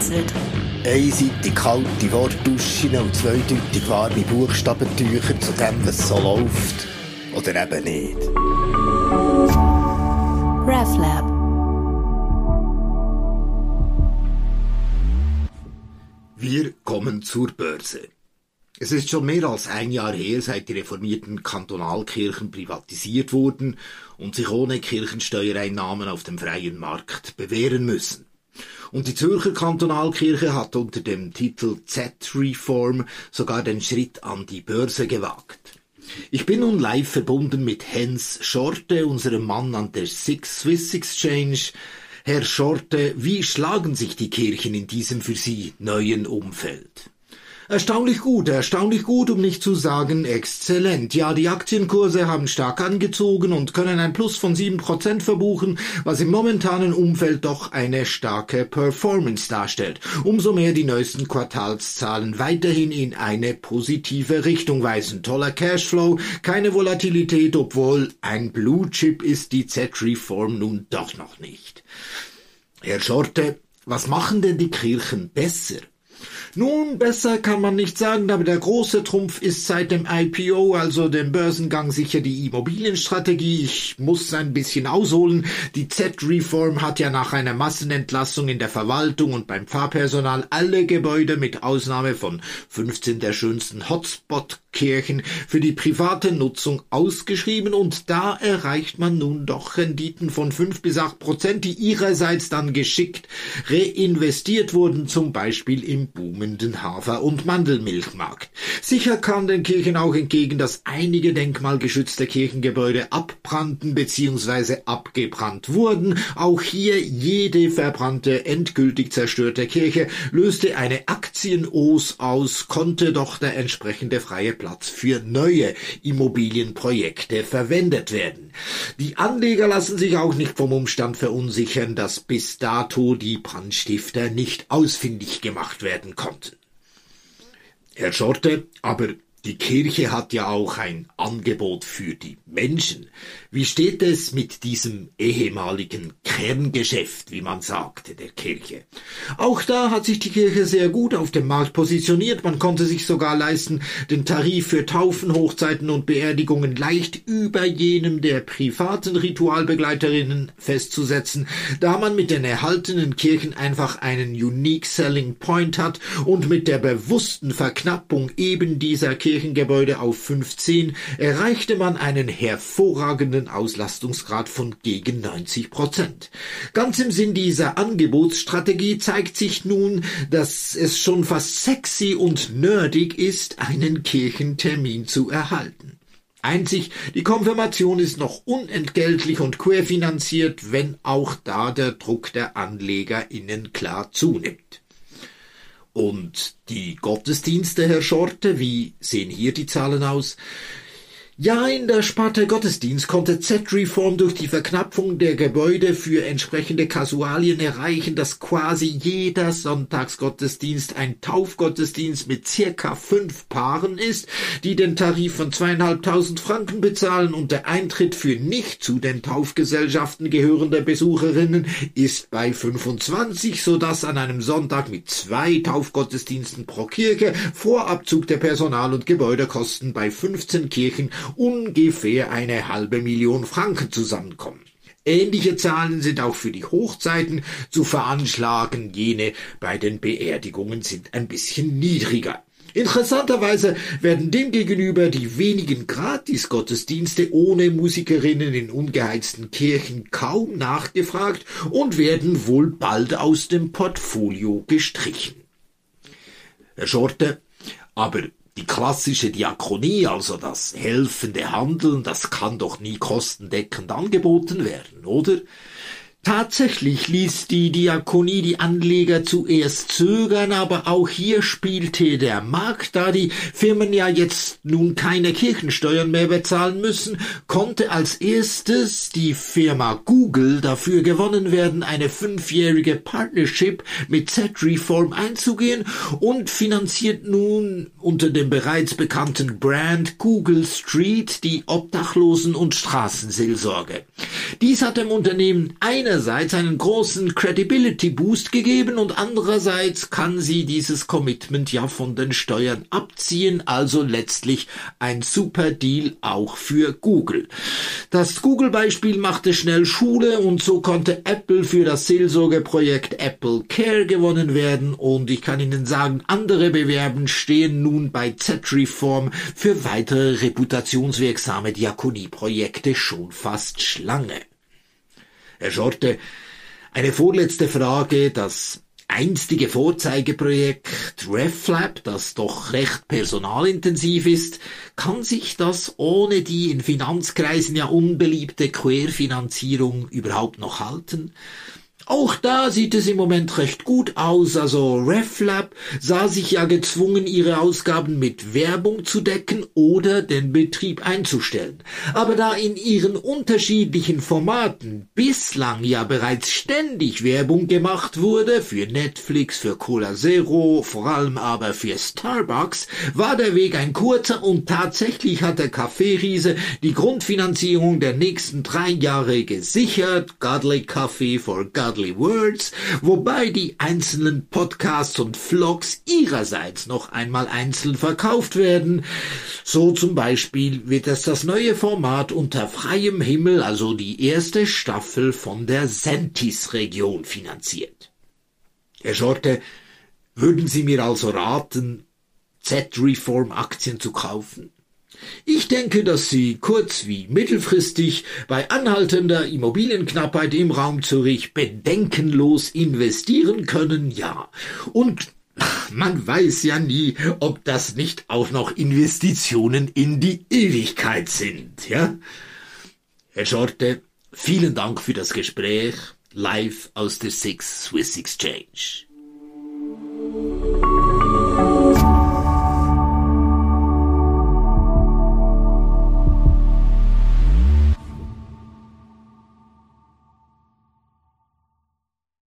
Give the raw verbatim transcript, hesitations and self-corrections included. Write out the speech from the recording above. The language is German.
vereinzelt. Einseitig kalte Wortduschen und zweideutig warme Buchstabentücher zu dem, was so läuft. Oder eben nicht. RefLab. Wir kommen zur Börse. Es ist schon mehr als ein Jahr her, seit die reformierten Kantonalkirchen privatisiert wurden und sich ohne Kirchensteuereinnahmen auf dem freien Markt bewähren müssen. Und die Zürcher Kantonalkirche hat unter dem Titel Z-Reform sogar den Schritt an die Börse gewagt. Ich bin nun live verbunden mit Hens Schorte, unserem Mann an der Six Swiss Exchange. Herr Schorte, wie schlagen sich die Kirchen in diesem für Sie neuen Umfeld? Erstaunlich gut, erstaunlich gut, um nicht zu sagen exzellent. Ja, die Aktienkurse haben stark angezogen und können ein Plus von sieben Prozent verbuchen, was im momentanen Umfeld doch eine starke Performance darstellt. Umso mehr die neuesten Quartalszahlen weiterhin in eine positive Richtung weisen. Toller Cashflow, keine Volatilität, obwohl ein Blue Chip ist die Z-Reform nun doch noch nicht. Herr Schorte, was machen denn die Kirchen besser? Nun, besser kann man nicht sagen, aber der große Trumpf ist seit dem I P O, also dem Börsengang, sicher die Immobilienstrategie. Ich muss ein bisschen ausholen. Die Z-Reform hat ja nach einer Massenentlassung in der Verwaltung und beim Pfarrpersonal alle Gebäude mit Ausnahme von fünfzehn der schönsten Hotspot-Kirchen für die private Nutzung ausgeschrieben und da erreicht man nun doch Renditen von fünf bis acht Prozent, die ihrerseits dann geschickt reinvestiert wurden, zum Beispiel im Boom Hafer- und Mandelmilchmarkt. Sicher kam den Kirchen auch entgegen, dass einige denkmalgeschützte Kirchengebäude abbrannten bzw. abgebrannt wurden. Auch hier jede verbrannte, endgültig zerstörte Kirche löste eine Aktien-Os aus, konnte doch der entsprechende freie Platz für neue Immobilienprojekte verwendet werden. Die Anleger lassen sich auch nicht vom Umstand verunsichern, dass bis dato die Brandstifter nicht ausfindig gemacht werden konnten. Herr Schorte, aber die Kirche hat ja auch ein Angebot für die Menschen. Wie steht es mit diesem ehemaligen Kerngeschäft, wie man sagte, der Kirche? Auch da hat sich die Kirche sehr gut auf dem Markt positioniert. Man konnte sich sogar leisten, den Tarif für Taufen, Hochzeiten und Beerdigungen leicht über jenem der privaten Ritualbegleiterinnen festzusetzen, da man mit den erhaltenen Kirchen einfach einen Unique Selling Point hat und mit der bewussten Verknappung eben dieser Kirchengebäude auf fünfzehn erreichte man einen hervorragenden Auslastungsgrad von gegen neunzig Prozent. Ganz im Sinn dieser Angebotsstrategie zeigt sich nun, dass es schon fast sexy und nerdig ist, einen Kirchentermin zu erhalten. Einzig, die Konfirmation ist noch unentgeltlich und querfinanziert, wenn auch da der Druck der AnlegerInnen klar zunimmt. Und die Gottesdienste, Herr Schorte, wie sehen hier die Zahlen aus? Ja, in der Sparte Gottesdienst konnte Z-Reform durch die Verknappung der Gebäude für entsprechende Kasualien erreichen, dass quasi jeder Sonntagsgottesdienst ein Taufgottesdienst mit circa fünf Paaren ist, die den Tarif von zweitausendfünfhundert Franken bezahlen und der Eintritt für nicht zu den Taufgesellschaften gehörende Besucherinnen ist bei fünfundzwanzig, sodass an einem Sonntag mit zwei Taufgottesdiensten pro Kirche vor Abzug der Personal- und Gebäudekosten bei fünfzehn Kirchen ungefähr eine halbe Million Franken zusammenkommen. Ähnliche Zahlen sind auch für die Hochzeiten zu veranschlagen, jene bei den Beerdigungen sind ein bisschen niedriger. Interessanterweise werden demgegenüber die wenigen Gratis-Gottesdienste ohne Musikerinnen in ungeheizten Kirchen kaum nachgefragt und werden wohl bald aus dem Portfolio gestrichen. Herr Schorte, aber die klassische Diakonie, also das helfende Handeln, das kann doch nie kostendeckend angeboten werden, oder? Tatsächlich ließ die Diakonie die Anleger zuerst zögern, aber auch hier spielte der Markt, da die Firmen ja jetzt nun keine Kirchensteuern mehr bezahlen müssen, konnte als erstes die Firma Google dafür gewonnen werden, eine fünfjährige Partnership mit Z-Reform einzugehen und finanziert nun unter dem bereits bekannten Brand Google Street die Obdachlosen- und Straßenseelsorge. Dies hat dem Unternehmen eine einerseits einen großen Credibility-Boost gegeben und andererseits kann sie dieses Commitment ja von den Steuern abziehen, also letztlich ein super Deal auch für Google. Das Google-Beispiel machte schnell Schule und so konnte Apple für das Seelsorgeprojekt Apple Care gewonnen werden und ich kann Ihnen sagen, andere Bewerben stehen nun bei Z-Reform für weitere reputationswirksame Diakonieprojekte schon fast Schlange. Herr Schorte, eine vorletzte Frage. Das einstige Vorzeigeprojekt RefLab, das doch recht personalintensiv ist, kann sich das ohne die in Finanzkreisen ja unbeliebte Querfinanzierung überhaupt noch halten? Auch da sieht es im Moment recht gut aus, also RefLab sah sich ja gezwungen, ihre Ausgaben mit Werbung zu decken oder den Betrieb einzustellen. Aber da in ihren unterschiedlichen Formaten bislang ja bereits ständig Werbung gemacht wurde, für Netflix, für Cola Zero, vor allem aber für Starbucks, war der Weg ein kurzer und tatsächlich hat der Kaffeeriese die Grundfinanzierung der nächsten drei Jahre gesichert, Godly Coffee for Godly Words, wobei die einzelnen Podcasts und Vlogs ihrerseits noch einmal einzeln verkauft werden. So zum Beispiel wird es das neue Format Unter freiem Himmel, also die erste Staffel von der Sentis-Region finanziert. Herr Schorte, würden Sie mir also raten, Z-Reform-Aktien zu kaufen? Ich denke, dass Sie kurz- wie mittelfristig bei anhaltender Immobilienknappheit im Raum Zürich bedenkenlos investieren können, ja. Und man weiß ja nie, ob das nicht auch noch Investitionen in die Ewigkeit sind, ja? Herr Schorte, vielen Dank für das Gespräch, live aus der Six Swiss Exchange.